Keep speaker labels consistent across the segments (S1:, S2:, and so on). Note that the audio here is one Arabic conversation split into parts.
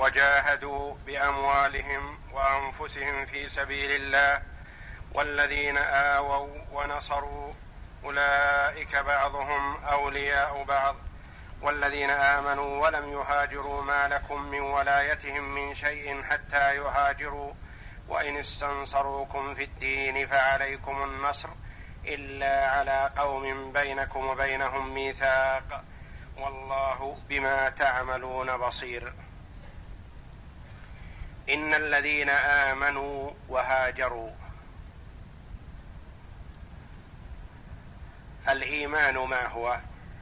S1: وجاهدوا بأموالهم وأنفسهم في سبيل الله والذين آووا ونصروا أولئك بعضهم أولياء بعض والذين آمنوا ولم يهاجروا ما لكم من ولايتهم من شيء حتى يهاجروا وإن استنصروكم في الدين فعليكم النصر إلا على قوم بينكم وبينهم ميثاق والله بما تعملون بصير. إن الذين آمنوا وهاجروا. الإيمان ما هو؟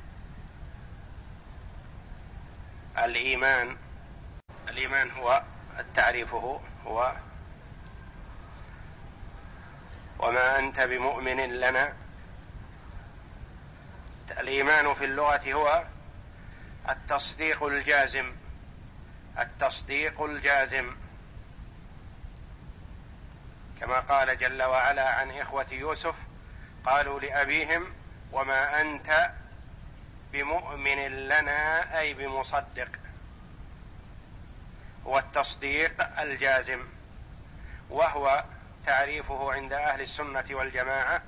S1: الإيمان هو تعريفه هو وما أنت بمؤمن لنا. الإيمان في اللغة هو التصديق الجازم كما قال جل وعلا عن إخوة يوسف قالوا لأبيهم وما أنت بمؤمن لنا أي بمصدق، هو التصديق الجازم، وهو تعريفه عند أهل السنة والجماعة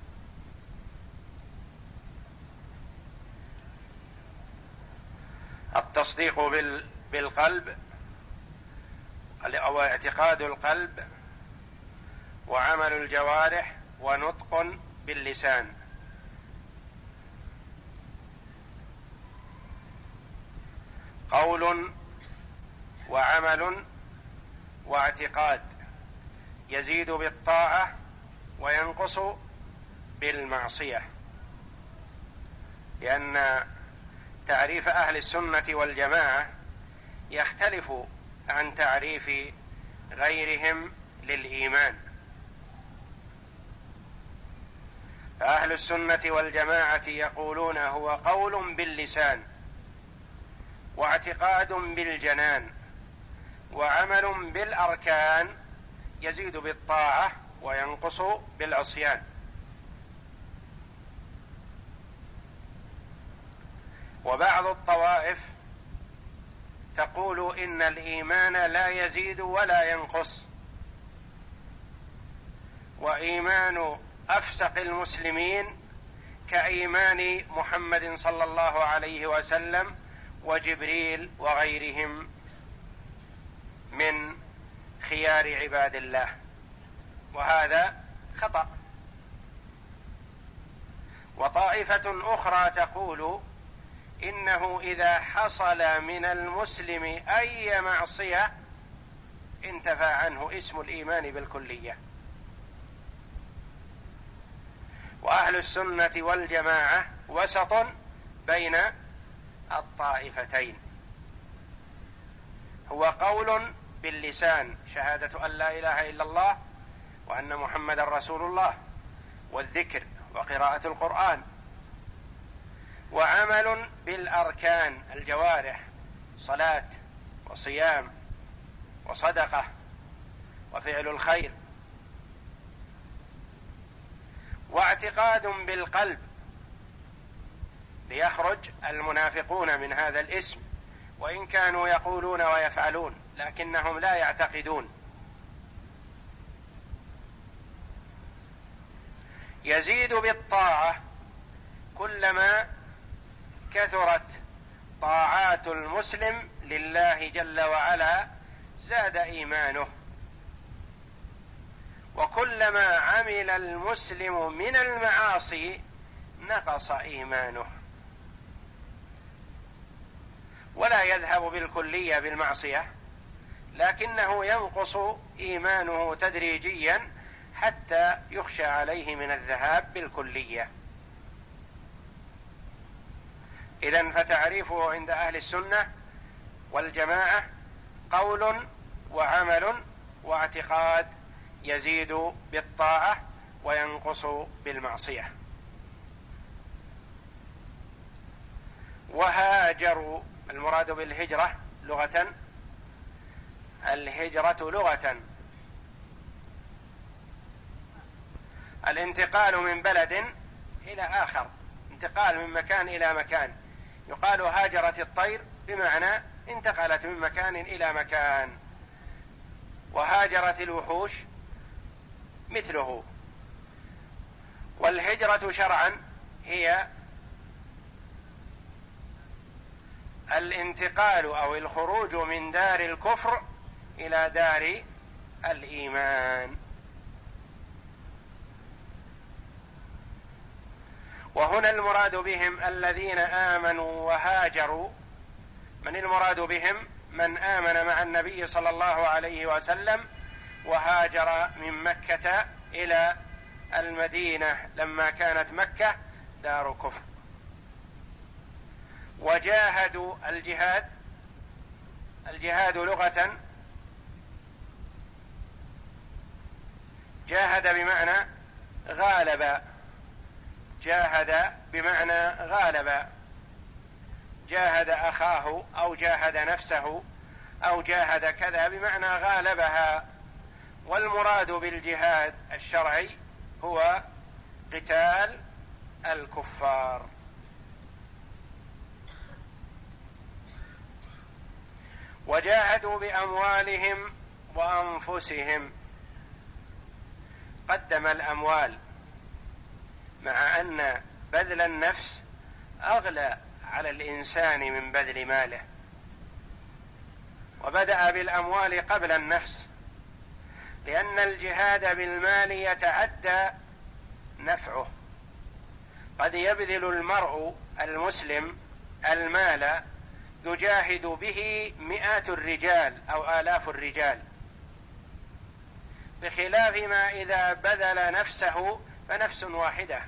S1: التصديق بالقلب أو اعتقاد القلب وعمل الجوارح ونطق باللسان. قول وعمل واعتقاد يزيد بالطاعة وينقص بالمعصية، لأن تعريف أهل السنة والجماعة يختلف عن تعريف غيرهم للإيمان. فأهل السنة والجماعة يقولون هو قول باللسان واعتقاد بالجنان وعمل بالأركان يزيد بالطاعة وينقص بالعصيان. وبعض الطوائف تقول إن الإيمان لا يزيد ولا ينقص، وإيمان أفسق المسلمين كإيمان محمد صلى الله عليه وسلم وجبريل وغيرهم من خيار عباد الله، وهذا خطأ. وطائفة أخرى تقول إنه إذا حصل من المسلم أي معصية انتفى عنه اسم الإيمان بالكلية. وأهل السنة والجماعة وسط بين الطائفتين، هو قول باللسان شهادة أن لا إله إلا الله وأن محمد رسول الله والذكر وقراءة القرآن، وعمل بالأركان الجوارح صلاة وصيام وصدقة وفعل الخير، واعتقاد بالقلب، ليخرج المنافقون من هذا الاسم وإن كانوا يقولون ويفعلون لكنهم لا يعتقدون. يزيد بالطاعة، كلما كثرت طاعات المسلم لله جل وعلا زاد إيمانه، وكلما عمل المسلم من المعاصي نقص إيمانه، ولا يذهب بالكلية بالمعصية لكنه ينقص إيمانه تدريجيا حتى يخشى عليه من الذهاب بالكلية. إذن فتعريفه عند أهل السنة والجماعة قول وعمل واعتقاد يزيد بالطاعة وينقص بالمعصية. وهاجروا، المراد بالهجرة لغة، الهجرة لغة الانتقال من بلد إلى آخر، انتقال من مكان إلى مكان. يقال هاجرت الطير بمعنى انتقلت من مكان إلى مكان، وهاجرت الوحوش مثله. والهجرة شرعا هي الانتقال أو الخروج من دار الكفر إلى دار الإيمان. وهنا المراد بهم الذين آمنوا وهاجروا. من المراد بهم؟ من آمن مع النبي صلى الله عليه وسلم وهاجر من مكة إلى المدينة لما كانت مكة دار كفر، وجاهدوا. الجهاد لغة جاهد بمعنى غالب، جاهد بمعنى غالب، جاهد أخاه أو جاهد نفسه أو جاهد كذا بمعنى غالبها. والمراد بالجهاد الشرعي هو قتال الكفار. وجاهدوا بأموالهم وأنفسهم. قدم الأموال مع أن بذل النفس أغلى على الإنسان من بذل ماله، وبدأ بالأموال قبل النفس، لأن الجهاد بالمال يتعدى نفعه. قد يبذل المرء المسلم المال يجاهد به مئات الرجال أو آلاف الرجال، بخلاف ما إذا بذل نفسه فنفس واحدة.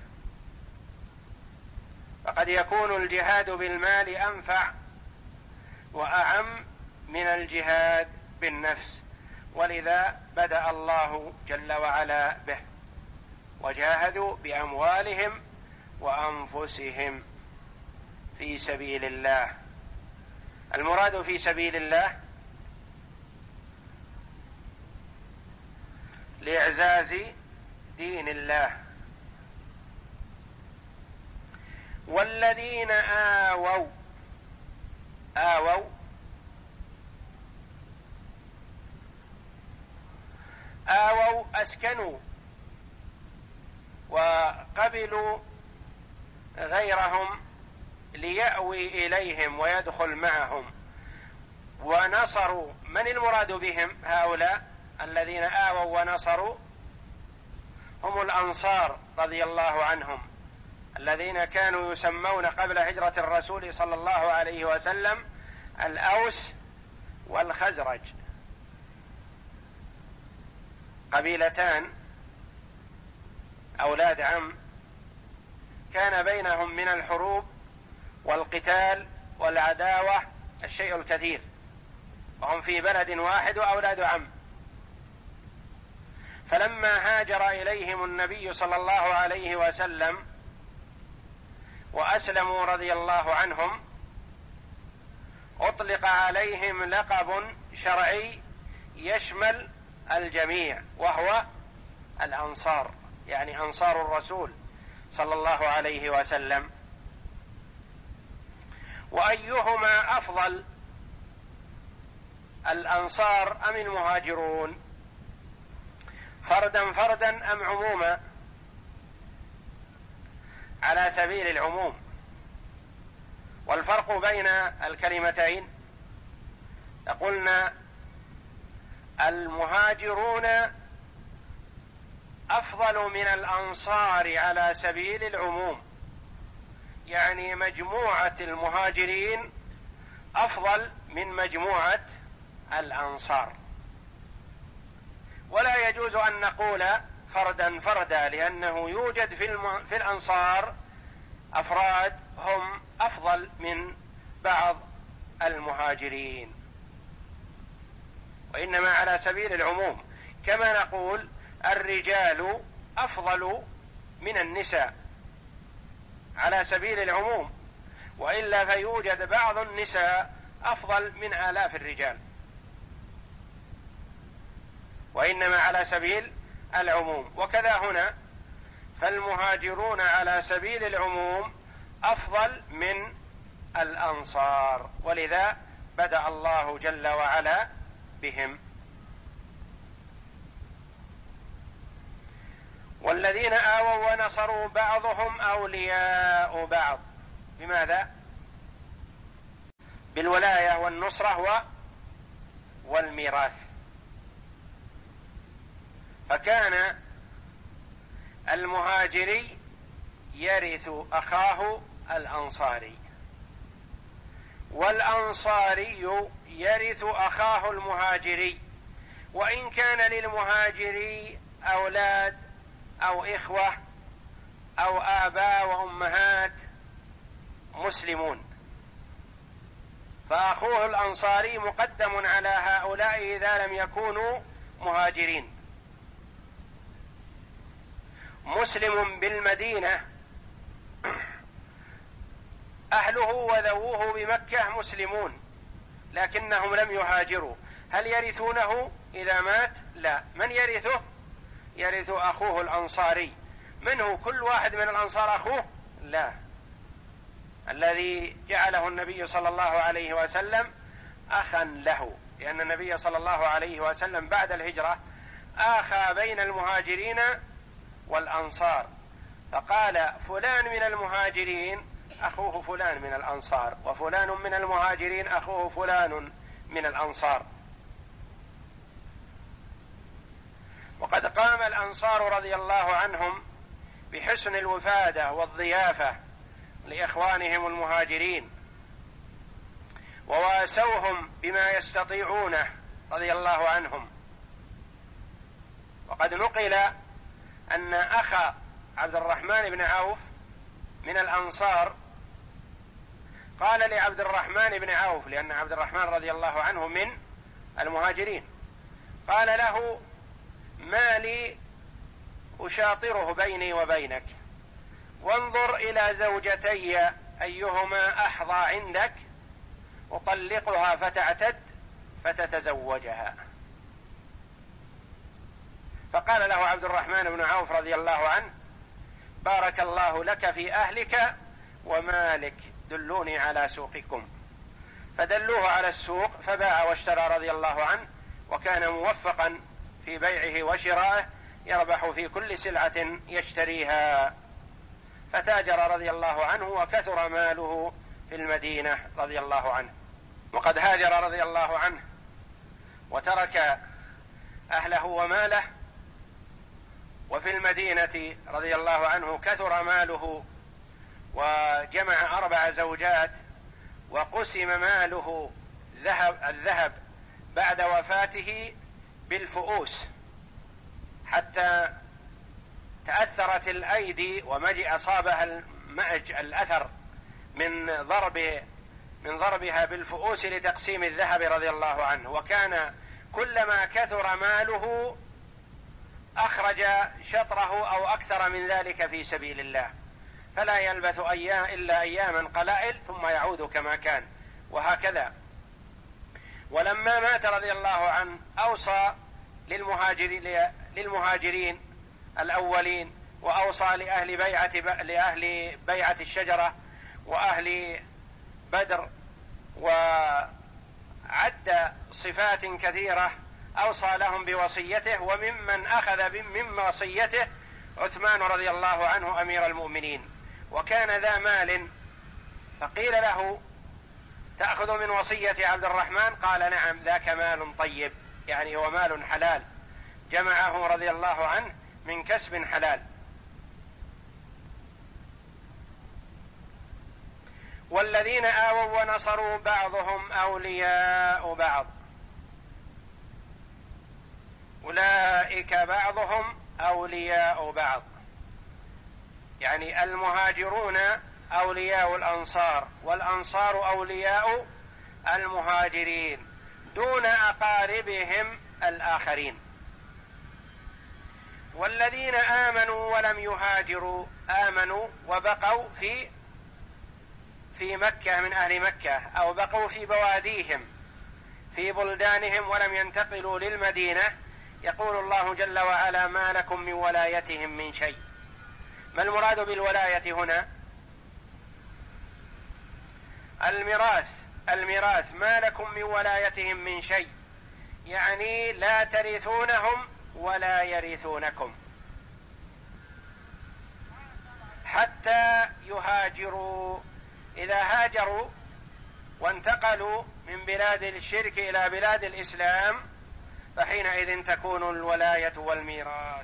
S1: فقد يكون الجهاد بالمال أنفع وأعم من الجهاد بالنفس، ولذا بدأ الله جل وعلا به: وجاهدوا بأموالهم وأنفسهم في سبيل الله. المراد في سبيل الله لإعزاز دين الله. والذين آووا أسكنوا وقبلوا غيرهم ليأوي إليهم ويدخل معهم، ونصروا. من المراد بهم هؤلاء الذين آووا ونصروا؟ هم الأنصار رضي الله عنهم، الذين كانوا يسمون قبل هجرة الرسول صلى الله عليه وسلم الأوس والخزرج، قبيلتان أولاد عم، كان بينهم من الحروب والقتال والعداوة الشيء الكثير، وهم في بلد واحد وأولاد عم. فلما هاجر إليهم النبي صلى الله عليه وسلم وأسلموا رضي الله عنهم، أطلق عليهم لقب شرعي يشمل الجميع، وهو الأنصار، يعني أنصار الرسول صلى الله عليه وسلم. وأيهما أفضل، الأنصار أم المهاجرون؟ فردا فردا أم عموما؟ على سبيل العموم. والفرق بين الكلمتين قلنا المهاجرون أفضل من الأنصار على سبيل العموم، يعني مجموعة المهاجرين أفضل من مجموعة الأنصار. ولا يجوز أن نقول فردا فردا، لأنه يوجد في الأنصار أفراد هم أفضل من بعض المهاجرين، وإنما على سبيل العموم. كما نقول الرجال أفضل من النساء على سبيل العموم، وإلا فيوجد بعض النساء أفضل من آلاف الرجال، وإنما على سبيل العموم. وكذا هنا، فالمهاجرون على سبيل العموم أفضل من الأنصار، ولذا بدأ الله جل وعلا بهم. والذين آووا ونصروا بعضهم أولياء بعض. بماذا؟ بالولاية والنصرة والميراث. فكان المهاجري يرث أخاه الأنصاري، والأنصاري يرث أخاه المهاجري، وإن كان للمهاجري أولاد أو إخوة أو آباء وأمهات مسلمون، فأخوه الأنصاري مقدم على هؤلاء إذا لم يكونوا مهاجرين. مسلم بالمدينة أهله وذووه بمكة مسلمون لكنهم لم يهاجروا، هل يرثونه إذا مات؟ لا. من يرثه؟ يرث أخوه الأنصاري. من هو؟ كل واحد من الأنصار أخوه؟ لا، الذي جعله النبي صلى الله عليه وسلم أخا له، لأن النبي صلى الله عليه وسلم بعد الهجرة آخى بين المهاجرين والأنصار، فقال فلان من المهاجرين أخوه فلان من الأنصار، وفلان من المهاجرين أخوه فلان من الأنصار. وقد قام الأنصار رضي الله عنهم بحسن الوفادة والضيافة لإخوانهم المهاجرين، وواسوهم بما يستطيعونه رضي الله عنهم. وقد نقل أن أخا عبد الرحمن بن عوف من الأنصار قال لعبد الرحمن بن عوف، لأن عبد الرحمن رضي الله عنه من المهاجرين، قال له: ما لي أشاطره بيني وبينك، وانظر إلى زوجتي أيهما أحظى عندك أطلقها فتعتد فتتزوجها. فقال له عبد الرحمن بن عوف رضي الله عنه: بارك الله لك في أهلك ومالك، دلوني على سوقكم. فدلوه على السوق فباع واشترى رضي الله عنه، وكان موفقا في بيعه وشرائه، يربح في كل سلعة يشتريها، فتاجر رضي الله عنه وكثر ماله في المدينة رضي الله عنه. وقد هاجر رضي الله عنه وترك أهله وماله، وفي المدينة رضي الله عنه كثر ماله وجمع 4 زوجات، وقسم ماله الذهب بعد وفاته بالفؤوس حتى تأثرت الأيدي أصابها المأج الأثر من ضربها بالفؤوس لتقسيم الذهب رضي الله عنه. وكان كلما كثر ماله أخرج شطره أو أكثر من ذلك في سبيل الله، فلا يلبث إلا أياما قلائل ثم يعود كما كان، وهكذا. ولما مات رضي الله عنه أوصى للمهاجرين الأولين، وأوصى لأهل بيعة الشجرة وأهل بدر، وعد صفات كثيرة أوصى لهم بوصيته. وممن أخذ من وصيته عثمان رضي الله عنه أمير المؤمنين، وكان ذا مال، فقيل له: تأخذ من وصية عبد الرحمن؟ قال: نعم، ذاك مال طيب، يعني هو مال حلال جمعه رضي الله عنه من كسب حلال. والذين آووا ونصروا بعضهم أولياء بعض، أولئك بعضهم أولياء بعض، يعني المهاجرون أولياء الأنصار، والأنصار أولياء المهاجرين دون أقاربهم الآخرين. والذين آمنوا ولم يهاجروا، آمنوا وبقوا في مكة من أهل مكة، أو بقوا في بواديهم في بلدانهم ولم ينتقلوا للمدينة، يقول الله جل وعلا: ما لكم من ولايتهم من شيء. ما المراد بالولاية هنا؟ الميراث الميراث ما لكم من ولايتهم من شيء، يعني لا ترثونهم ولا يرثونكم حتى يهاجروا. إذا هاجروا وانتقلوا من بلاد الشرك إلى بلاد الإسلام فحينئذ تكون الولاية والميراث.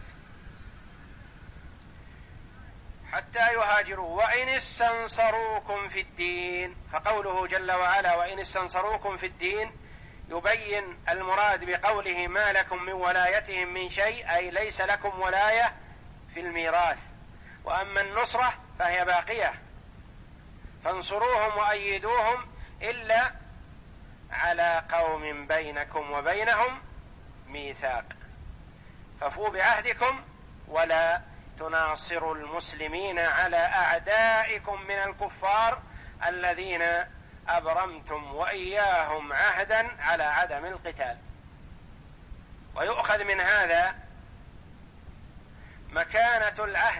S1: حتى يهاجروا. وإن استنصروكم في الدين، فقوله جل وعلا وإن استنصروكم في الدين يبين المراد بقوله ما لكم من ولايتهم من شيء، أي ليس لكم ولاية في الميراث، وأما النصرة فهي باقية، فانصروهم وأيدوهم إلا على قوم بينكم وبينهم ميثاق، ففوا بعهدكم ولا تناصروا المسلمين على أعدائكم من الكفار الذين أبرمتم وإياهم عهدا على عدم القتال. ويؤخذ من هذا مكانة العهد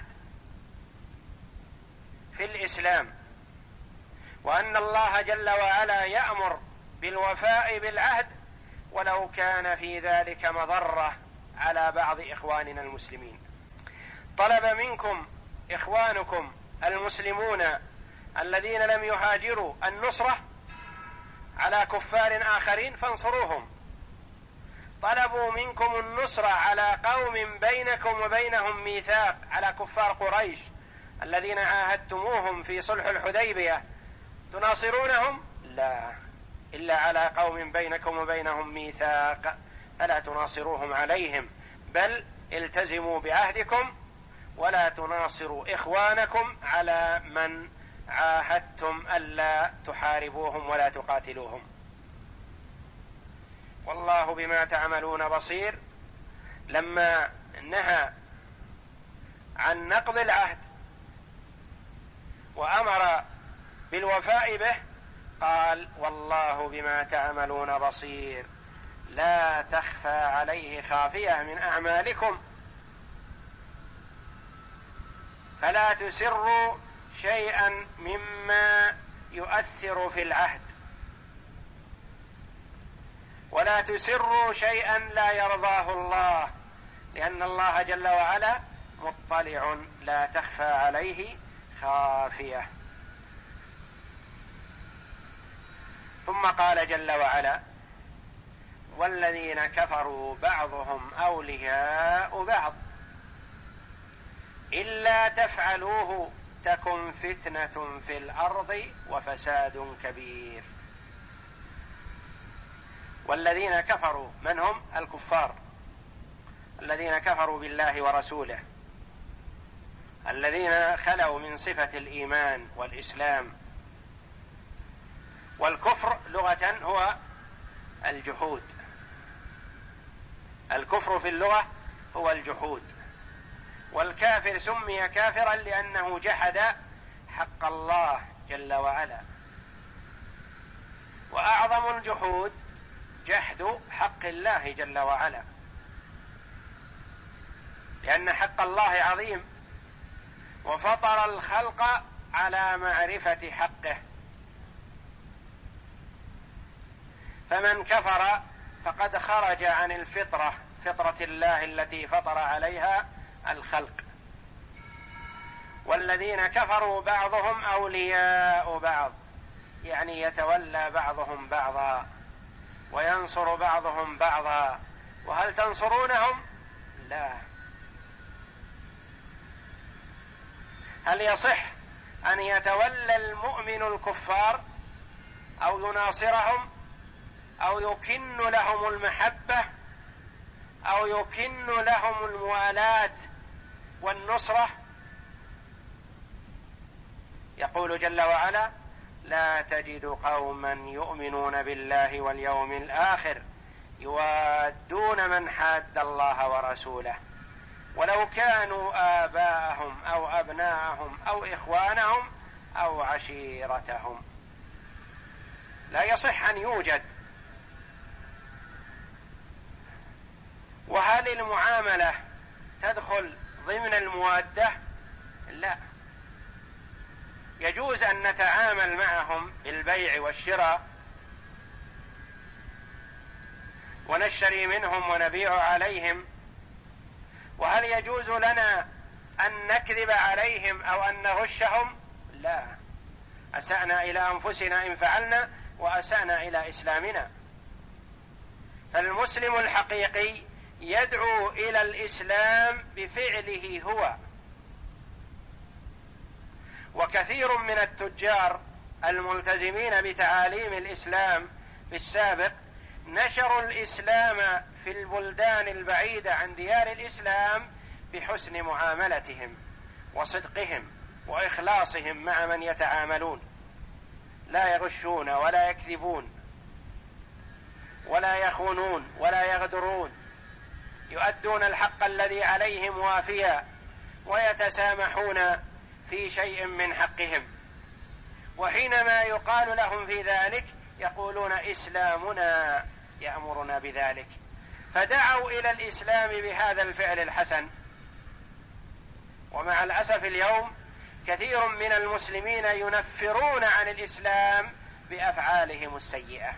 S1: في الإسلام، وأن الله جل وعلا يأمر بالوفاء بالعهد ولو كان في ذلك مضرة على بعض إخواننا المسلمين. طلب منكم إخوانكم المسلمون الذين لم يهاجروا النصرة على كفار آخرين فانصروهم، طلبوا منكم النصرة على قوم بينكم وبينهم ميثاق، على كفار قريش الذين عاهدتموهم في صلح الحديبية تناصرونهم؟ لا، إلا على قوم بينكم وبينهم ميثاق فلا تناصروهم عليهم، بل التزموا بعهدكم ولا تناصروا إخوانكم على من عاهدتم ألا تحاربوهم ولا تقاتلوهم. والله بما تعملون بصير. لما نهى عن نقض العهد وأمر بالوفاء به قال والله بما تعملون بصير، لا تخفى عليه خافية من أعمالكم، فلا تسروا شيئا مما يؤثر في العهد، ولا تسروا شيئا لا يرضاه الله، لأن الله جل وعلا مطلع لا تخفى عليه خافية. ثم قال جل وعلا والذين كفروا بعضهم أولياء بعض إلا تفعلوه تكن فتنة في الأرض وفساد كبير. والذين كفروا من هم؟ الكفار الذين كفروا بالله ورسوله، الذين خلوا من صفة الإيمان والإسلام. والكفر لغة هو الجحود، الكفر في اللغة هو الجحود، والكافر سمي كافرا لأنه جحد حق الله جل وعلا. وأعظم الجحود جحد حق الله جل وعلا، لأن حق الله عظيم وفطر الخلق على معرفة حقه، فمن كفر فقد خرج عن الفطرة، فطرة الله التي فطر عليها الخلق. والذين كفروا بعضهم أولياء بعض، يعني يتولى بعضهم بعضا وينصر بعضهم بعضا. وهل تنصرونهم؟ لا. هل يصح أن يتولى المؤمن الكفار أو يناصرهم أو يكن لهم المحبة أو يكن لهم الموالاة والنصرة؟ يقول جل وعلا لا تجد قوما يؤمنون بالله واليوم الآخر يوادون من حاد الله ورسوله ولو كانوا آباءهم أو أبناءهم أو إخوانهم أو عشيرتهم. لا يصح أن يوجد. وهل المعاملة تدخل ضمن الموادة؟ لا. يجوز أن نتعامل معهم بالبيع والشراء ونشتري منهم ونبيع عليهم؟ وهل يجوز لنا أن نكذب عليهم أو أن نغشهم؟ لا، أسأنا إلى أنفسنا إن فعلنا، وأسأنا إلى إسلامنا. فالمسلم الحقيقي يدعو إلى الإسلام بفعله هو. وكثير من التجار الملتزمين بتعاليم الإسلام في السابق نشروا الإسلام في البلدان البعيدة عن ديار الإسلام بحسن معاملتهم وصدقهم وإخلاصهم مع من يتعاملون، لا يغشون ولا يكذبون ولا يخونون ولا يغدرون، يؤدون الحق الذي عليهم وافيا، ويتسامحون في شيء من حقهم. وحينما يقال لهم في ذلك يقولون إسلامنا يأمرنا بذلك، فدعوا إلى الإسلام بهذا الفعل الحسن. ومع الأسف اليوم كثير من المسلمين ينفرون عن الإسلام بأفعالهم السيئة.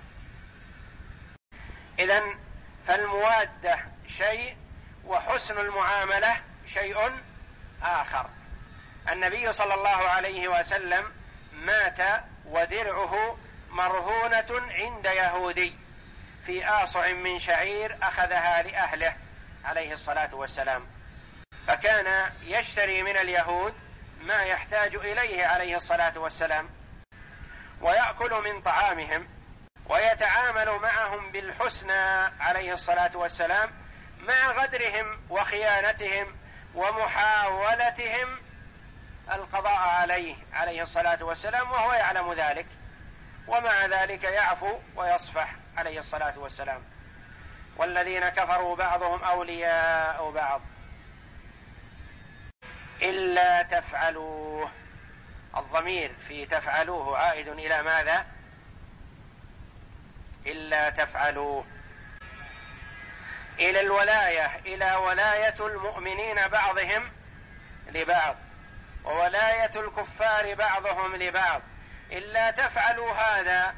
S1: إذن فالموادة شيء وحسن المعاملة شيء آخر. النبي صلى الله عليه وسلم مات ودرعه مرهونة عند يهودي في آصع من شعير أخذها لأهله عليه الصلاة والسلام، فكان يشتري من اليهود ما يحتاج إليه عليه الصلاة والسلام، ويأكل من طعامهم، ويتعامل معهم بالحسنى عليه الصلاة والسلام، مع غدرهم وخيانتهم ومحاولتهم القضاء عليه الصلاة والسلام، وهو يعلم ذلك، ومع ذلك يعفو ويصفح عليه الصلاة والسلام. والذين كفروا بعضهم أولياء بعض إلا تفعلوه. الضمير في تفعلوه عائد إلى ماذا؟ إلا تفعلوه، إلى الولاية، إلى ولاية المؤمنين بعضهم لبعض، وولاية الكفار بعضهم لبعض. إلا تفعلوا هذا،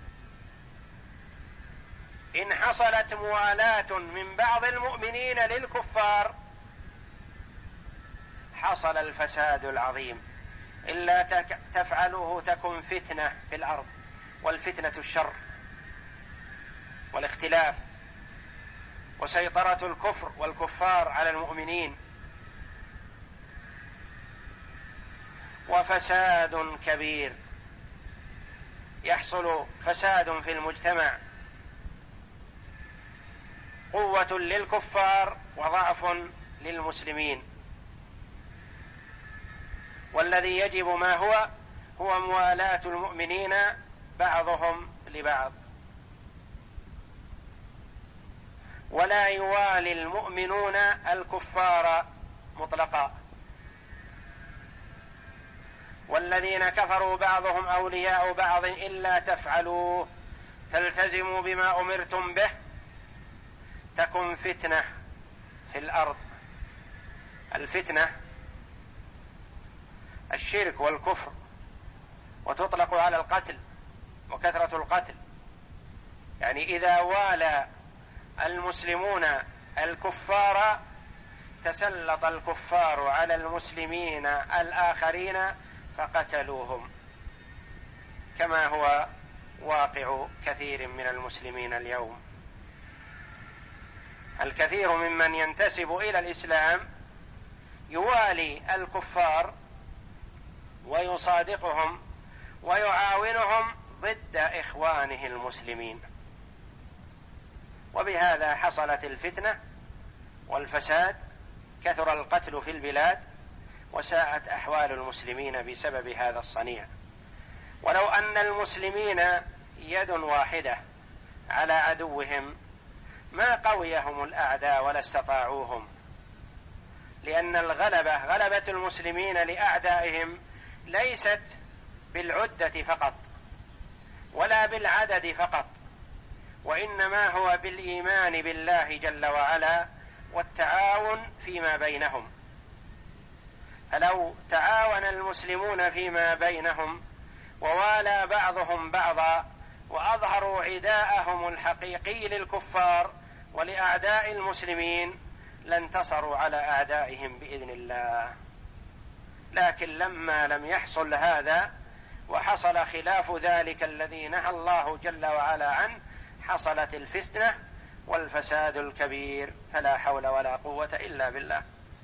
S1: إن حصلت موالاة من بعض المؤمنين للكفار حصل الفساد العظيم. إلا تفعلوه تكن فتنة في الأرض، والفتنة الشر والاختلاف وسيطرة الكفر والكفار على المؤمنين، وفساد كبير، يحصل فساد في المجتمع، قوة للكفار وضعف للمسلمين. والذي يجب ما هو موالاة المؤمنين بعضهم لبعض، ولا يوالي المؤمنون الكفار مطلقا. والذين كفروا بعضهم أولياء بعض إلا تفعلوا تلتزموا بما أمرتم به تكن فتنة في الأرض. الفتنة الشرك والكفر، وتطلق على القتل وكثرة القتل. يعني إذا والى المسلمون الكفار تسلط الكفار على المسلمين الآخرين فقتلوهم، كما هو واقع كثير من المسلمين اليوم. الكثير ممن ينتسب إلى الإسلام يوالي الكفار ويصادقهم ويعاونهم ضد إخوانه المسلمين، وبهذا حصلت الفتنة والفساد، كثر القتل في البلاد، وساءت أحوال المسلمين بسبب هذا الصنيع. ولو أن المسلمين يد واحدة على عدوهم ما قويهم الأعداء ولا استطاعوهم، لأن غلبة المسلمين لأعدائهم ليست بالعدة فقط ولا بالعدد فقط، وإنما هو بالإيمان بالله جل وعلا والتعاون فيما بينهم. فلو تعاون المسلمون فيما بينهم ووالى بعضهم بعضا وأظهروا عداءهم الحقيقي للكفار ولأعداء المسلمين لانتصروا على أعدائهم بإذن الله. لكن لما لم يحصل هذا وحصل خلاف ذلك الذي نهى الله جل وعلا عنه، حصلت الفتنة والفساد الكبير، فلا حول ولا قوة إلا بالله.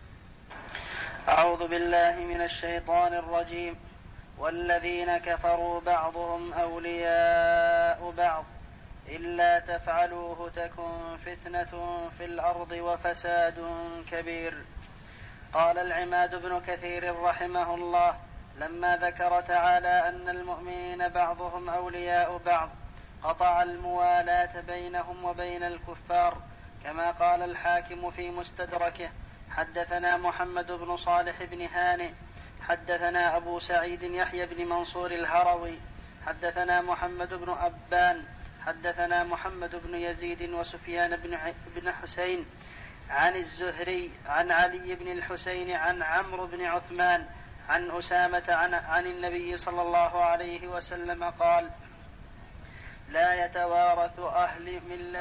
S2: أعوذ بالله من الشيطان الرجيم. والذين كفروا بعضهم أولياء بعض إلا تفعلوه تكن فتنة في الأرض وفساد كبير. قال العماد بن كثير رحمه الله لما ذكر تعالى أن المؤمنين بعضهم أولياء بعض قطع الموالاة بينهم وبين الكفار، كما قال الحاكم في مستدركه: حدثنا محمد بن صالح بن هانئ حدثنا أبو سعيد يحيى بن منصور الهروي حدثنا محمد بن أبان حدثنا محمد بن يزيد وسفيان بن حسين عن الزهري عن علي بن الحسين عن عمرو بن عثمان عن أسامة عن النبي صلى الله عليه وسلم قال: لا يتوارث أهل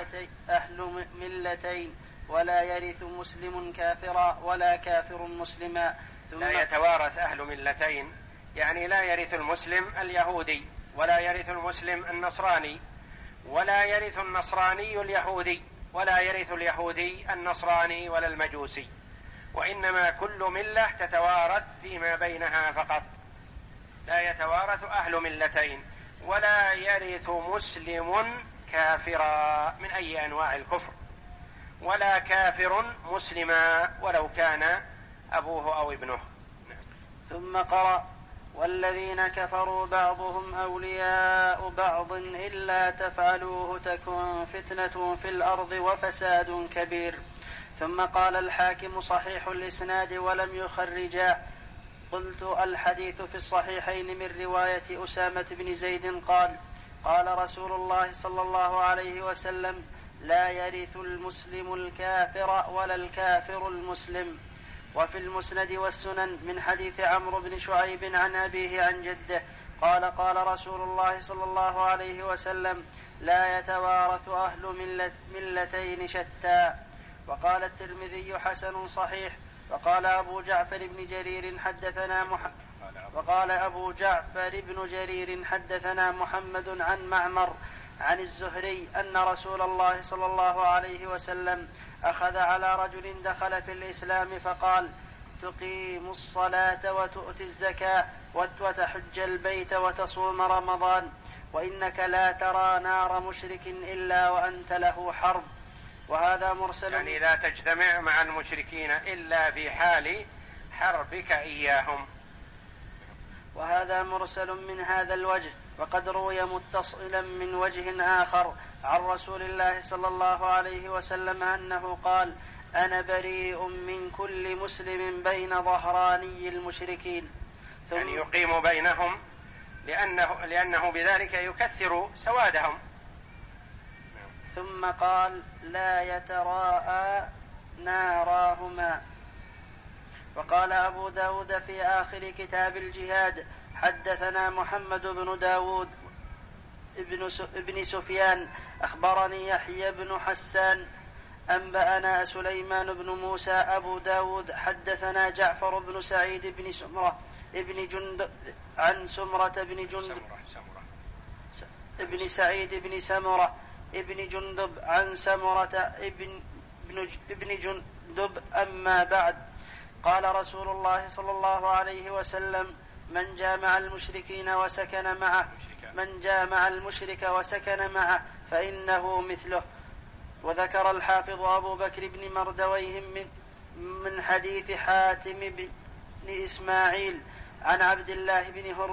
S2: ملتين ولا يرث مسلم كافرا ولا كافر مسلما.
S1: لا يتوارث أهل ملتين يعني لا يرث المسلم اليهودي ولا يرث المسلم النصراني ولا يرث النصراني اليهودي ولا يرث اليهودي النصراني ولا المجوسي، وإنما كل ملة تتوارث فيما بينها فقط. لا يتوارث أهل ملتين ولا يرث مسلم كافرا من أي أنواع الكفر ولا كافر مسلما ولو كان أبوه أو ابنه.
S2: ثم قرأ: والذين كفروا بعضهم أولياء بعض إلا تفعلوه تكن فتنة في الأرض وفساد كبير. ثم قال الحاكم: صحيح الإسناد ولم يخرجا. قلت: الحديث في الصحيحين من رواية أسامة بن زيد قال: قال رسول الله صلى الله عليه وسلم: لا يرث المسلم الكافر ولا الكافر المسلم. وفي المسند والسنن من حديث عمرو بن شعيب عن أبيه عن جده قال: قال رسول الله صلى الله عليه وسلم: لا يتوارث أهل ملتين شتى. وقال الترمذي: حسن صحيح. وقال أبو جعفر بن جرير حدثنا محمد عن معمر عن الزهري أن رسول الله صلى الله عليه وسلم أخذ على رجل دخل في الإسلام فقال: تقيم الصلاة وتؤتي الزكاة وتحج البيت وتصوم رمضان، وإنك لا ترى نار مشرك إلا وأنت له حرب. وهذا مرسل،
S1: يعني لا تجتمع مع المشركين إلا في حال حربك إياهم.
S2: وهذا مرسل من هذا الوجه، وقد روي متصلا من وجه آخر عن رسول الله صلى الله عليه وسلم أنه قال: أنا بريء من كل مسلم بين ظهراني المشركين.
S1: يعني يقيم بينهم لأنه بذلك يكثر سوادهم.
S2: ثم قال: لا يتراءى ناراهما. وقال أبو داود في آخر كتاب الجهاد: حدثنا محمد بن داود ابن سفيان أخبرني يحيى بن حسان أنبأنا سليمان بن موسى. أبو داود حدثنا جعفر بن سعيد بن سمرة ابن جندب عن سمرة بن جندب ابن سعيد بن سمرة ابن جندب عن سمرة ابن جندب. أما بعد، قال رسول الله صلى الله عليه وسلم: من جامع المشرك وسكن معه فإنه مثله. وذكر الحافظ أبو بكر بن مردويه من حديث حاتم بن إسماعيل عن عبد الله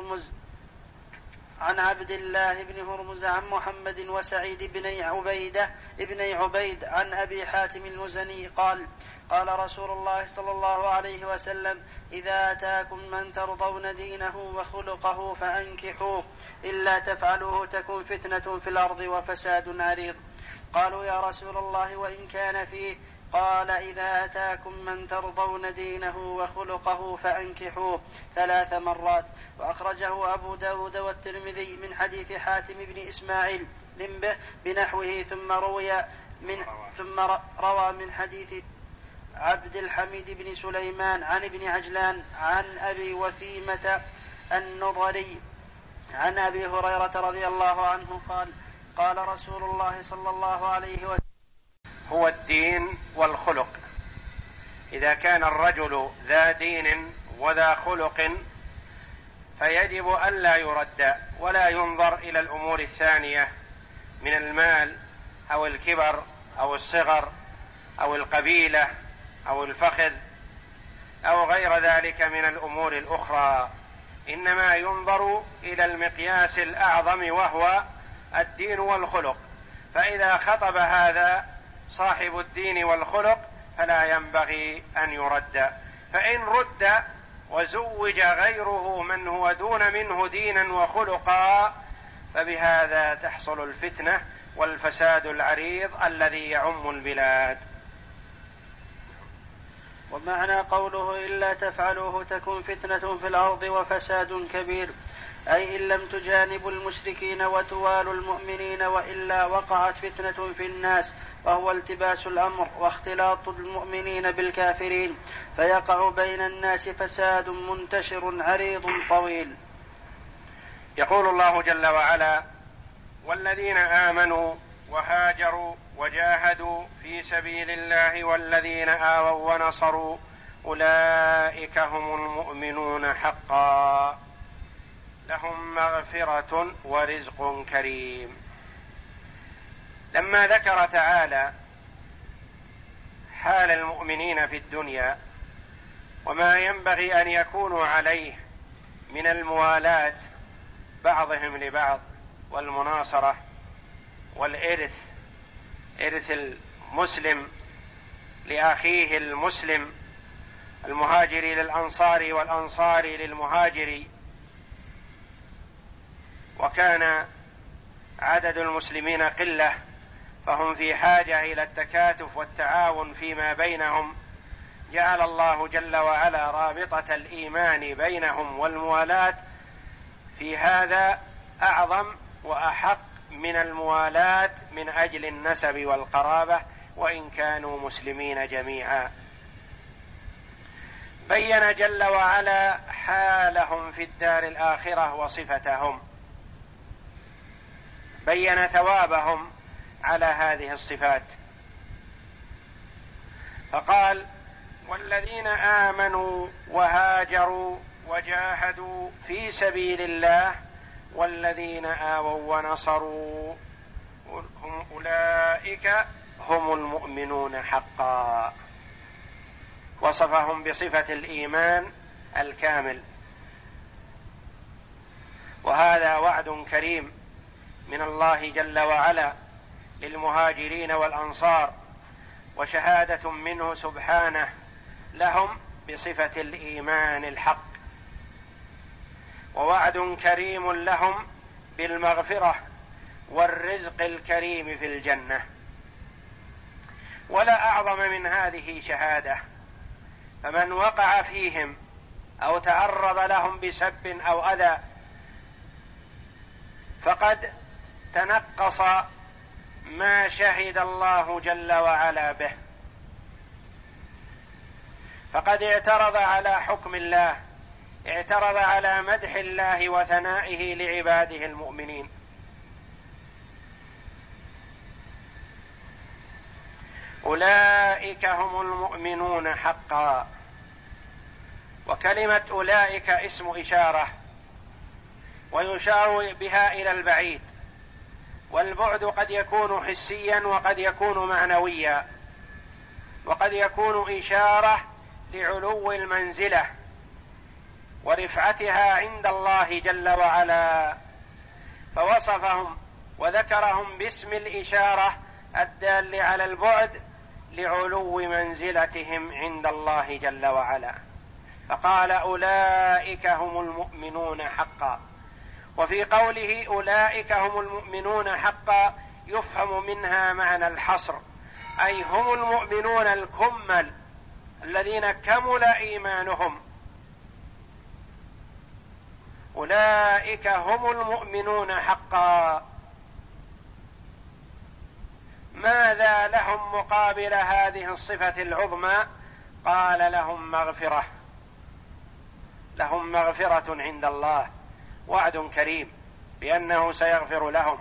S2: بن هرمز عن محمد وسعيد بن عبيد عن أبي حاتم المزني قال: قال رسول الله صلى الله عليه وسلم: إذا أتاكم من ترضون دينه وخلقه فأنكحوه، إلا تفعلوه تكن فتنة في الأرض وفساد عريض. قالوا: يا رسول الله وإن كان فيه؟ قال: إذا أتاكم من ترضون دينه وخلقه فأنكحوه 3 مرات. وأخرجه أبو داود والترمذي من حديث حاتم بن إسماعيل به بنحوه. ثم روي ثم روى من حديث عبد الحميد بن سليمان عن ابن عجلان عن أبي وثيمة النضري عن أبي هريرة رضي الله عنه قال قال رسول الله صلى الله عليه وسلم:
S1: هو الدين والخلق. إذا كان الرجل ذا دين وذا خلق فيجب ألا يرد ولا ينظر إلى الأمور الثانية من المال أو الكبر أو الصغر أو القبيلة أو الفخذ أو غير ذلك من الأمور الأخرى، إنما ينظر إلى المقياس الأعظم وهو الدين والخلق. فإذا خطب هذا صاحب الدين والخلق فلا ينبغي أن يرد، فإن رد وزوج غيره من هو دون منه دينا وخلقا فبهذا تحصل الفتنة والفساد العريض الذي يعم البلاد.
S2: ومعنى قوله إلا تفعلوه تكن فتنة في الأرض وفساد كبير، أي إن لم تجانبوا المشركين وتوالوا المؤمنين وإلا وقعت فتنة في الناس، وهو التباس الأمر واختلاط المؤمنين بالكافرين، فيقع بين الناس فساد منتشر عريض طويل.
S1: يقول الله جل وعلا: والذين آمنوا وهاجروا وجاهدوا في سبيل الله والذين آووا ونصروا أولئك هم المؤمنون حقا لهم مغفرة ورزق كريم. لما ذكر تعالى حال المؤمنين في الدنيا وما ينبغي أن يكونوا عليه من الموالاة بعضهم لبعض والمناصرة والإرث، إرث المسلم لأخيه المسلم، المهاجر للأنصار والأنصار للمهاجر، وكان عدد المسلمين قلة فهم في حاجة إلى التكاتف والتعاون فيما بينهم، جعل الله جل وعلا رابطة الإيمان بينهم والموالاة في هذا أعظم وأحق من الموالاة من أجل النسب والقرابة وإن كانوا مسلمين جميعا. بين جل وعلا حالهم في الدار الآخرة وصفتهم، بين ثوابهم على هذه الصفات، فقال: والذين آمنوا وهاجروا وجاهدوا في سبيل الله والذين آووا ونصروا أولئك هم المؤمنون حقا. وصفهم بصفة الإيمان الكامل، وهذا وعد كريم من الله جل وعلا للمهاجرين والأنصار، وشهادة منه سبحانه لهم بصفة الإيمان الحق، ووعد كريم لهم بالمغفرة والرزق الكريم في الجنة. ولا أعظم من هذه شهادة، فمن وقع فيهم أو تعرض لهم بسب أو أذى فقد تنقص ما شهد الله جل وعلا به، فقد اعترض على حكم الله، اعترض على مدح الله وثنائه لعباده المؤمنين. أولئك هم المؤمنون حقا. وكلمة أولئك اسم إشارة، ويشار بها إلى البعيد، والبعد قد يكون حسيا وقد يكون معنويا، وقد يكون إشارة لعلو المنزلة ورفعتها عند الله جل وعلا، فوصفهم وذكرهم باسم الإشارة الدال على البعد لعلو منزلتهم عند الله جل وعلا، فقال: أولئك هم المؤمنون حقا. وفي قوله أولئك هم المؤمنون حقا يفهم منها معنى الحصر، أي هم المؤمنون الكمل الذين كمل إيمانهم، أولئك هم المؤمنون حقا. ماذا لهم مقابل هذه الصفة العظمى؟ قال لهم مغفرة، لهم مغفرة عند الله، وعد كريم بأنه سيغفر لهم.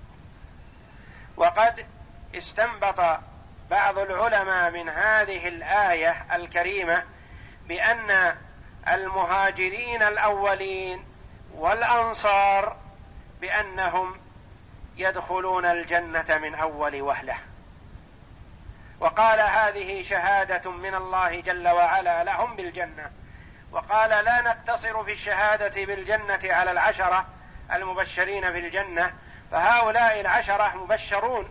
S1: وقد استنبط بعض العلماء من هذه الآية الكريمة بأن المهاجرين الأولين والأنصار بأنهم يدخلون الجنة من أول وهلة، وقال هذه شهادة من الله جل وعلا لهم بالجنة، وقال لا نقتصر في الشهادة بالجنة على العشرة المبشرين بالجنة، فهؤلاء العشرة مبشرون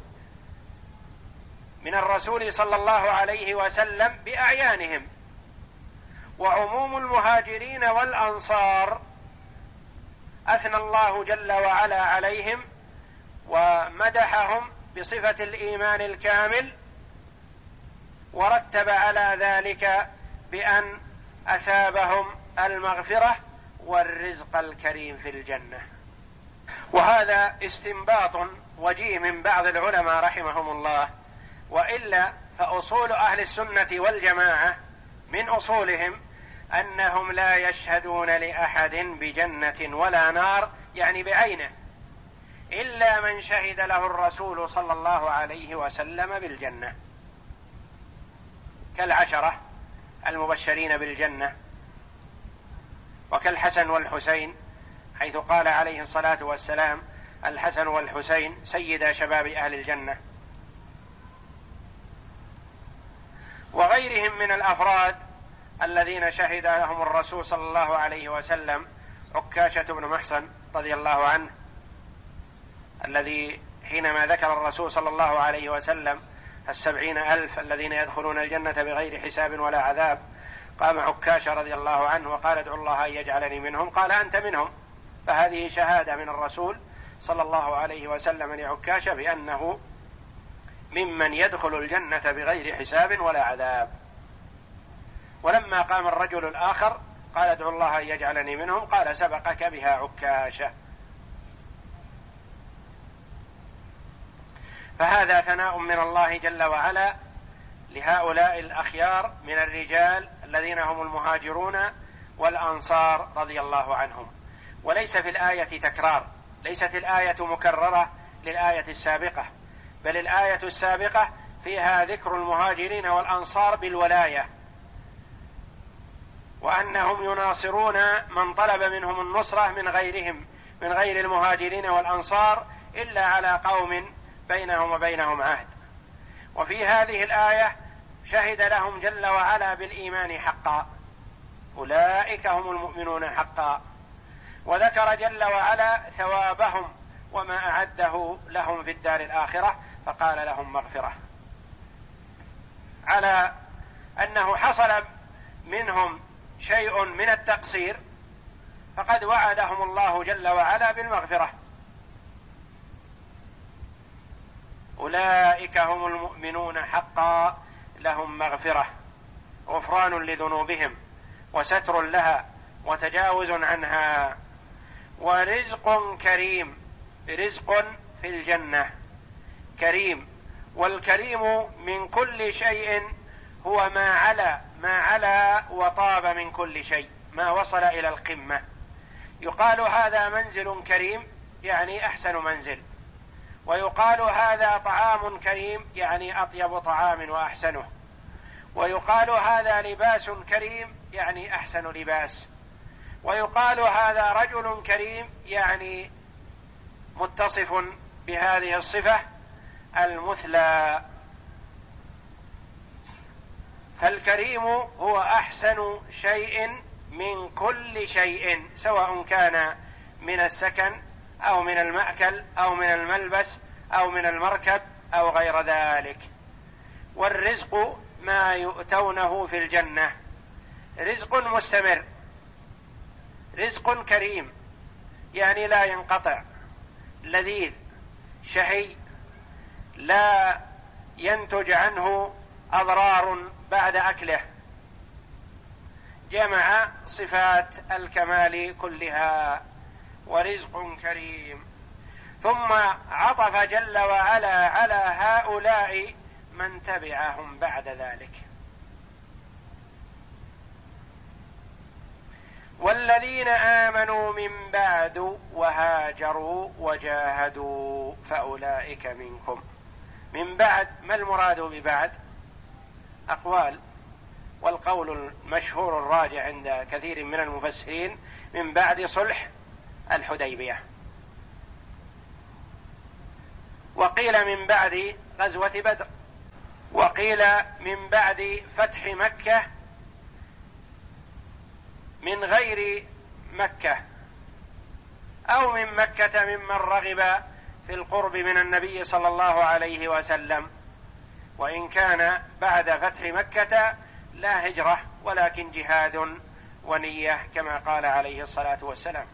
S1: من الرسول صلى الله عليه وسلم بأعيانهم، وعموم المهاجرين والأنصار أثنى الله جل وعلا عليهم ومدحهم بصفة الإيمان الكامل، ورتب على ذلك بأن أثابهم المغفرة والرزق الكريم في الجنة. وهذا استنباط وجيه من بعض العلماء رحمهم الله، وإلا فأصول أهل السنة والجماعة من أصولهم أنهم لا يشهدون لأحد بجنة ولا نار يعني بعينه، إلا من شهد له الرسول صلى الله عليه وسلم بالجنة، كالعشرة المبشرين بالجنة، وكالحسن والحسين، حيث قال عليه الصلاة والسلام الحسن والحسين سيدا شباب أهل الجنة، وغيرهم من الأفراد الذين شهد لهم الرسول صلى الله عليه وسلم. عكاشة بن محصن رضي الله عنه، الذي حينما ذكر الرسول صلى الله عليه وسلم 70,000 الذين يدخلون الجنة بغير حساب ولا عذاب، قام عكاشة رضي الله عنه وقال ادعو الله أن يجعلني منهم، قال أنت منهم. فهذه شهادة من الرسول صلى الله عليه وسلم لعكاشة بأنه ممن يدخل الجنة بغير حساب ولا عذاب. ولما قام الرجل الآخر قال ادعو الله أن يجعلني منهم، قال سبقك بها عكاشة. فهذا ثناء من الله جل وعلا لهؤلاء الأخيار من الرجال الذين هم المهاجرون والأنصار رضي الله عنهم. وليس في الآية تكرار، ليست الآية مكررة للآية السابقة، بل الآية السابقة فيها ذكر المهاجرين والأنصار بالولاية، وأنهم يناصرون من طلب منهم النصرة من غيرهم من غير المهاجرين والأنصار إلا على قوم بينهم وبينهم عهد. وفي هذه الآية شهد لهم جل وعلا بالإيمان حقا، أولئك هم المؤمنون حقا، وذكر جل وعلا ثوابهم وما أعده لهم في الدار الآخرة، فقال لهم مغفرة، على أنه حصل منهم شيء من التقصير فقد وعدهم الله جل وعلا بالمغفرة. أولئك هم المؤمنون حقا لهم مغفرة، غفران لذنوبهم وستر لها وتجاوز عنها، ورزق كريم، رزق في الجنة كريم. والكريم من كل شيء هو ما علا وطاب من كل شيء، ما وصل إلى القمة. يقال هذا منزل كريم يعني أحسن منزل، ويقال هذا طعام كريم يعني أطيب طعام وأحسنه، ويقال هذا لباس كريم يعني أحسن لباس، ويقال هذا رجل كريم يعني متصف بهذه الصفة المثلى. فالكريم هو أحسن شيء من كل شيء، سواء كان من السكن أو من المأكل أو من الملبس أو من المركب أو غير ذلك. والرزق ما يؤتونه في الجنة، رزق مستمر، رزق كريم يعني لا ينقطع، لذيذ شهي، لا ينتج عنه أضرار بعد أكله، جمع صفات الكمال كلها، ورزق كريم. ثم عطف جل وعلا على هؤلاء من تبعهم بعد ذلك. والذين آمنوا من بعد وهاجروا وجاهدوا فأولئك منكم. من بعد، ما المراد ببعد؟ أقوال، والقول المشهور الراجع عند كثير من المفسرين من بعد صلح الحديبية، وقيل من بعد غزوة بدر، وقيل من بعد فتح مكة من غير مكة، أو من مكة ممن رغب في القرب من النبي صلى الله عليه وسلم، وإن كان بعد فتح مكة لا هجرة ولكن جهاد ونية كما قال عليه الصلاة والسلام.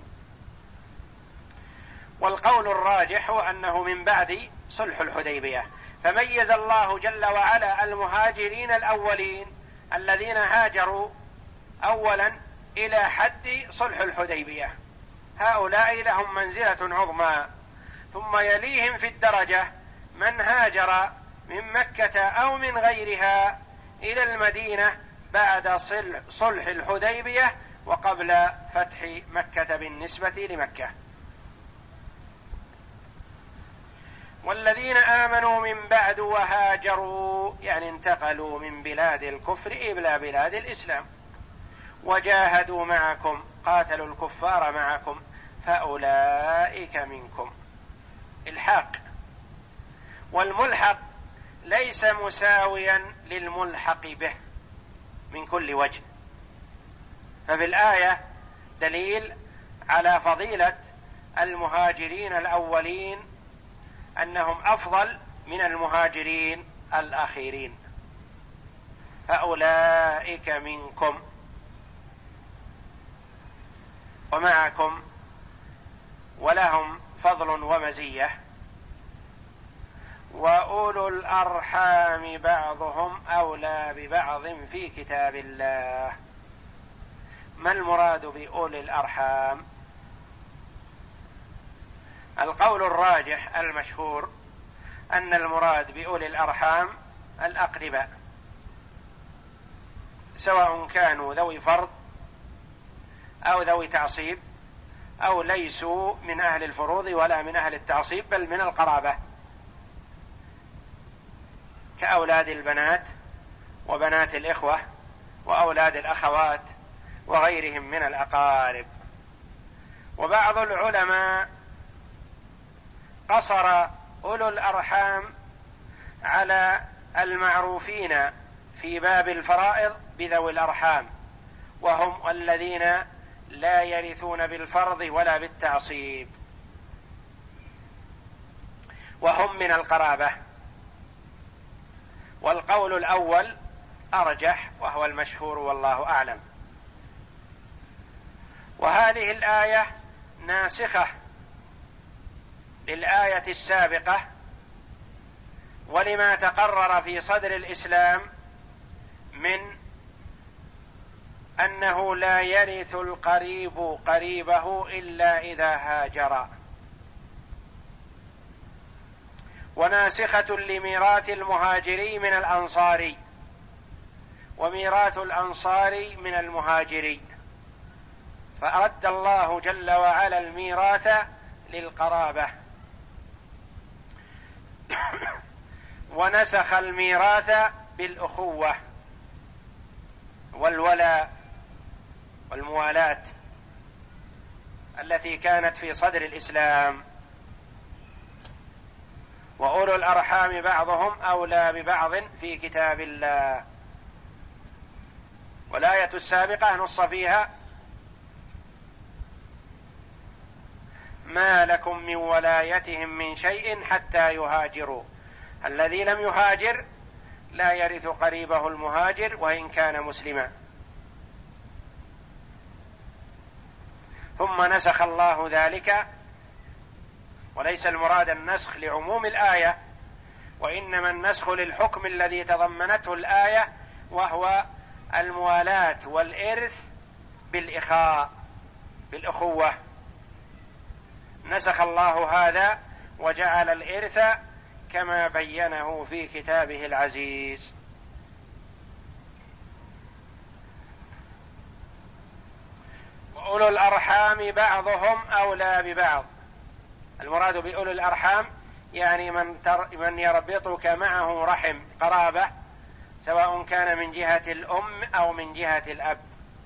S1: والقول الراجح أنه من بعد صلح الحديبية، فميز الله جل وعلا المهاجرين الأولين الذين هاجروا أولا إلى حد صلح الحديبية، هؤلاء لهم منزلة عظمى. ثم يليهم في الدرجة من هاجر من مكة أو من غيرها إلى المدينة بعد صلح الحديبية وقبل فتح مكة بالنسبة لمكة. والذين آمنوا من بعد وهاجروا يعني انتقلوا من بلاد الكفر إلى بلاد الإسلام، وجاهدوا معكم قاتلوا الكفار معكم فأولئك منكم. الحاق، والملحق ليس مساويا للملحق به من كل وجه، ففي الآية دليل على فضيلة المهاجرين الأولين أنهم أفضل من المهاجرين الأخيرين، فأولئك منكم ومعكم ولهم فضل ومزية. وأولو الأرحام بعضهم أولى ببعض في كتاب الله. ما المراد بأولي الأرحام؟ القول الراجح المشهور أن المراد بأولي الأرحام الأقرباء، سواء كانوا ذوي فرض أو ذوي تعصيب أو ليسوا من أهل الفروض ولا من أهل التعصيب بل من القرابة، كأولاد البنات وبنات الإخوة وأولاد الأخوات وغيرهم من الأقارب. وبعض العلماء قصر أولو الأرحام على المعروفين في باب الفرائض بذوي الأرحام، وهم الذين لا يرثون بالفرض ولا بالتعصيب، وهم من القرابة. والقول الأول أرجح وهو المشهور والله أعلم. وهذه الآية ناسخة للآية السابقة ولما تقرر في صدر الإسلام من أنه لا يرث القريب قريبه إلا إذا هاجر، وناسخة لميراث المهاجري من الأنصاري وميراث الأنصاري من المهاجري، فأرد الله جل وعلا الميراث للقرابة ونسخ الميراث بالأخوة والولاء والموالاة التي كانت في صدر الإسلام. وأولو الأرحام بعضهم أولى ببعض في كتاب الله. والآية السابقة نص فيها ما لكم من ولايتهم من شيء حتى يهاجروا، الذي لم يهاجر لا يرث قريبه المهاجر وإن كان مسلما. ثم نسخ الله ذلك، وليس المراد النسخ لعموم الآية، وإنما النسخ للحكم الذي تضمنته الآية، وهو الموالاة والإرث بالإخاء بالأخوة. نسخ الله هذا وجعل الإرث كما بينه في كتابه العزيز. وأولو الأرحام بعضهم أولى ببعض. المراد بأولو الأرحام يعني من يربطك معه رحم قرابة، سواء كان من جهة الأم أو من جهة الأب.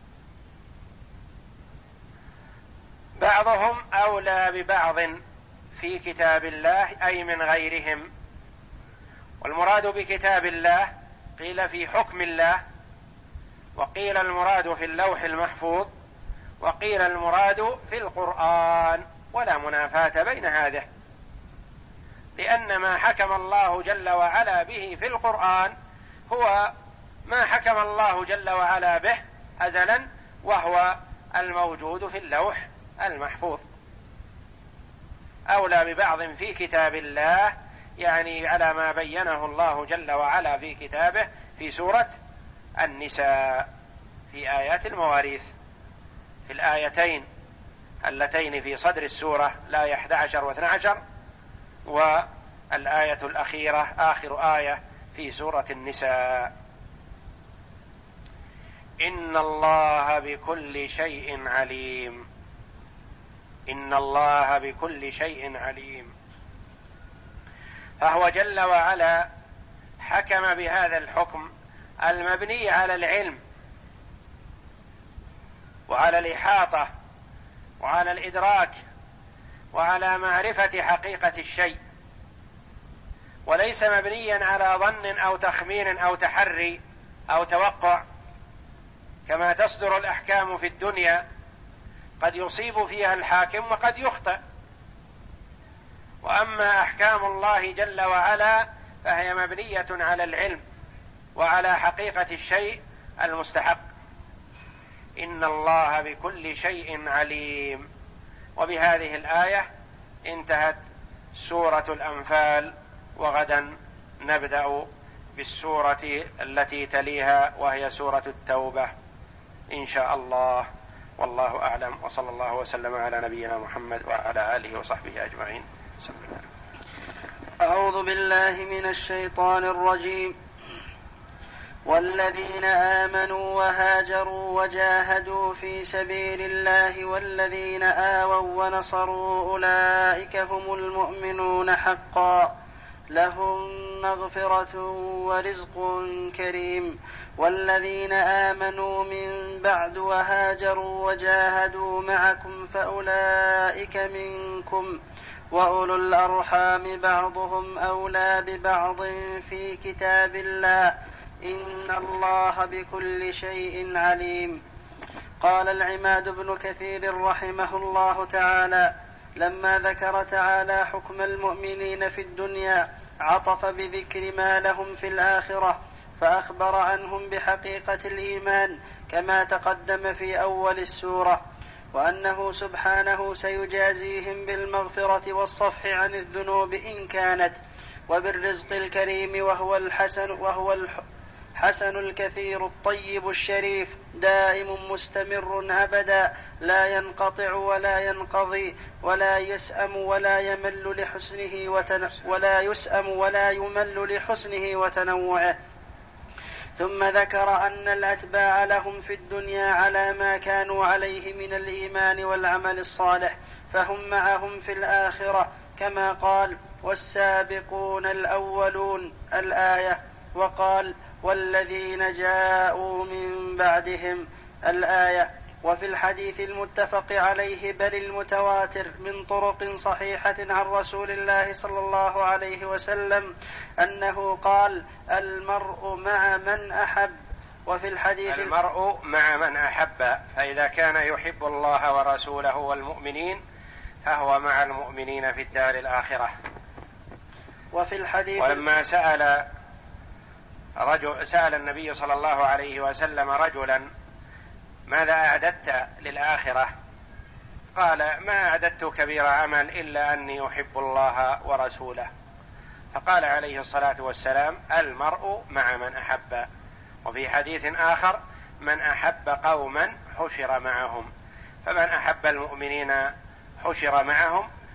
S1: بعضهم أولى ببعض في كتاب الله أي من غيرهم. والمراد بكتاب الله قيل في حكم الله، وقيل المراد في اللوح المحفوظ، وقيل المراد في القرآن، ولا منافاة بين هذا، لأن ما حكم الله جل وعلا به في القرآن هو ما حكم الله جل وعلا به أزلا، وهو الموجود في اللوح المحفوظ. أولى ببعض في كتاب الله يعني على ما بينه الله جل وعلا في كتابه في سورة النساء في آيات المواريث، في الآيتين اللتين في صدر السورة، الآية 11 و12، والآية الأخيرة آخر آية في سورة النساء. إن الله بكل شيء عليم. إن الله بكل شيء عليم. فهو جل وعلا حكم بهذا الحكم المبني على العلم وعلى الإحاطة وعلى الإدراك وعلى معرفة حقيقة الشيء، وليس مبنيا على ظن أو تخمين أو تحري أو توقع كما تصدر الأحكام في الدنيا، قد يصيب فيها الحاكم وقد يخطئ. وأما أحكام الله جل وعلا فهي مبنية على العلم وعلى حقيقة الشيء المستحق. إن الله بكل شيء عليم. وبهذه الآية انتهت سورة الأنفال، وغدا نبدأ بالسورة التي تليها وهي سورة التوبة إن شاء الله. والله أعلم، وصلى الله وسلم على نبينا محمد وعلى آله وصحبه أجمعين.
S2: أعوذ بالله من الشيطان الرجيم. والذين آمنوا وهاجروا وجاهدوا في سبيل الله والذين آووا ونصروا أولئك هم المؤمنون حقا، لهم مغفرة ورزق كريم. والذين آمنوا من بعد وهاجروا وجاهدوا معكم فأولئك منكم، وأولو الأرحام بعضهم أولى ببعض في كتاب الله، إن الله بكل شيء عليم. قال العماد بن كثير رحمه الله تعالى: لما ذكر تعالى حكم المؤمنين في الدنيا عطف بذكر ما لهم في الآخرة، فأخبر عنهم بحقيقة الإيمان كما تقدم في أول السورة، وأنه سبحانه سيجازيهم بالمغفرة والصفح عن الذنوب إن كانت، وبالرزق الكريم وهو الحسن الكثير الطيب الشريف دائم مستمر أبدا لا ينقطع ولا ينقضي، ولا يسأم ولا يمل لحسنه وتنوعه. ثم ذكر أن الأتباع لهم في الدنيا على ما كانوا عليه من الإيمان والعمل الصالح، فهم معهم في الآخرة كما قال: والسابقون الأولون الآية، وقال: والذين جاءوا من بعدهم الآية. وفي الحديث المتفق عليه بل المتواتر من طرق صحيحة عن رسول الله صلى الله عليه وسلم أنه قال: المرء مع من أحب. وفي الحديث
S1: المرء مع من أحب، فإذا كان يحب الله ورسوله والمؤمنين فهو مع المؤمنين في الدار الآخرة.
S2: وفي الحديث
S1: ولما سأل النبي صلى الله عليه وسلم رجلا: ماذا أعددت للآخرة؟ قال: ما أعددت كبير عمل إلا أني أحب الله ورسوله. فقال عليه الصلاة والسلام: المرء مع من أحب. وفي حديث آخر: من أحب قوما حشر معهم. فمن أحب المؤمنين حشر معهم،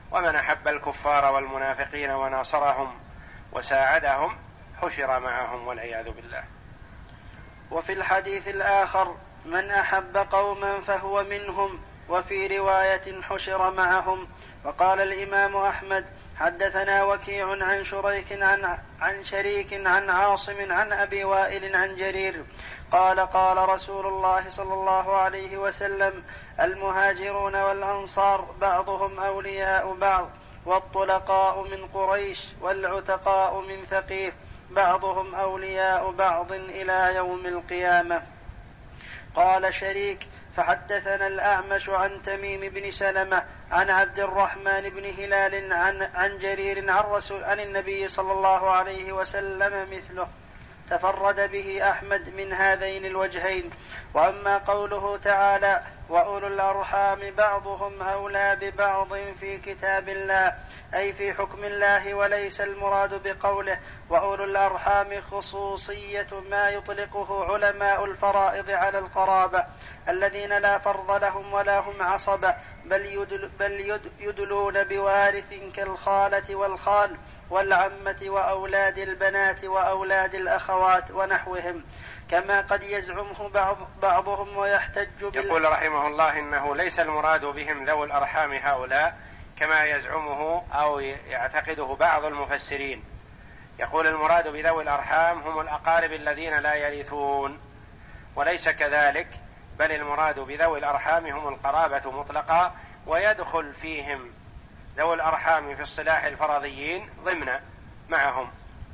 S1: ومن أحب الكفار والمنافقين وناصرهم وساعدهم حشر معهم والعياذ بالله.
S2: وفي الحديث الآخر: من أحب قوما فهو منهم، وفي رواية حشر معهم. وقال الإمام أحمد: حدثنا وكيع عن شريك عن عاصم عن أبي وائل عن جرير قال: قال رسول الله صلى الله عليه وسلم: المهاجرون والأنصار بعضهم أولياء بعض، والطلقاء من قريش والعتقاء من ثقيف بعضهم أولياء بعض إلى يوم القيامة. قال شريك: فحدثنا الأعمش عن تميم بن سلمة عن عبد الرحمن بن هلال عن جرير عن النبي صلى الله عليه وسلم مثله، تفرد به أحمد من هذين الوجهين. وأما قوله تعالى: وأولو الأرحام بعضهم أولى ببعض في كتاب الله، أي في حكم الله، وليس المراد بقوله وأولو الأرحام خصوصية ما يطلقه علماء الفرائض على القرابة الذين لا فرض لهم ولا هم عصبة، بل يدلون بوارث كالخالة والخال والعمة وأولاد البنات وأولاد الأخوات ونحوهم، كما قد يزعمه بعضهم ويحتج
S1: يقول رحمه الله: إنه ليس المراد بهم ذوي الأرحام هؤلاء كما يزعمه أو يعتقده بعض المفسرين. يقول: المراد بذوي الأرحام هم الأقارب الذين لا يرثون، وليس كذلك، بل المراد بذوي الأرحام هم القرابة مطلقا، ويدخل فيهم ذوي الأرحام في الصلاح الفرضيين ضمن معهم،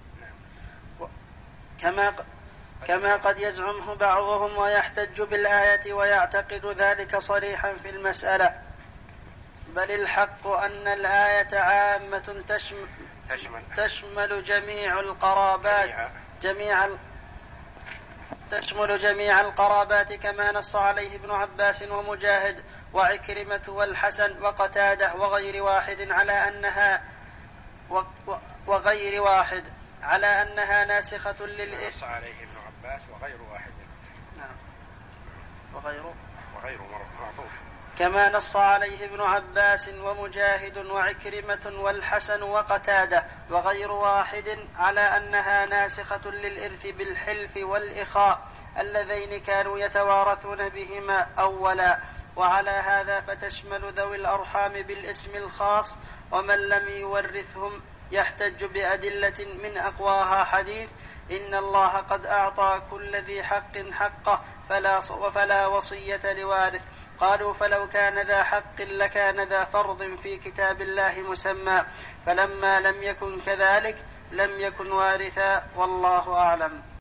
S2: كما قد يزعمه بعضهم ويحتج بالآية ويعتقد ذلك صريحا في المسألة. بل الحق أن الآية عامة تشمل جميع القرابات تشمل جميع القرابات، كما نص عليه ابن عباس ومجاهد وعكرمة والحسن وقتادة وغير واحد على أنها ناسخة للإثم.
S1: نص عليه ابن عباس وغير واحد.
S2: نعم.
S1: وغير معطوف.
S2: كما نص عليه ابن عباس ومجاهد وعكرمة والحسن وقتادة وغير واحد على أنها ناسخة للإرث بالحلف والإخاء اللذين كانوا يتوارثون بهما أولا. وعلى هذا فتشمل ذوي الأرحام بالاسم الخاص، ومن لم يورثهم يحتج بأدلة من أقواها حديث: إن الله قد أعطى كل ذي حق حقه فلا وصية لوارث. قالوا: فلو كان ذا حق لكان ذا فرض في كتاب الله مسمى، فلما لم يكن كذلك لم يكن وارثا، والله أعلم.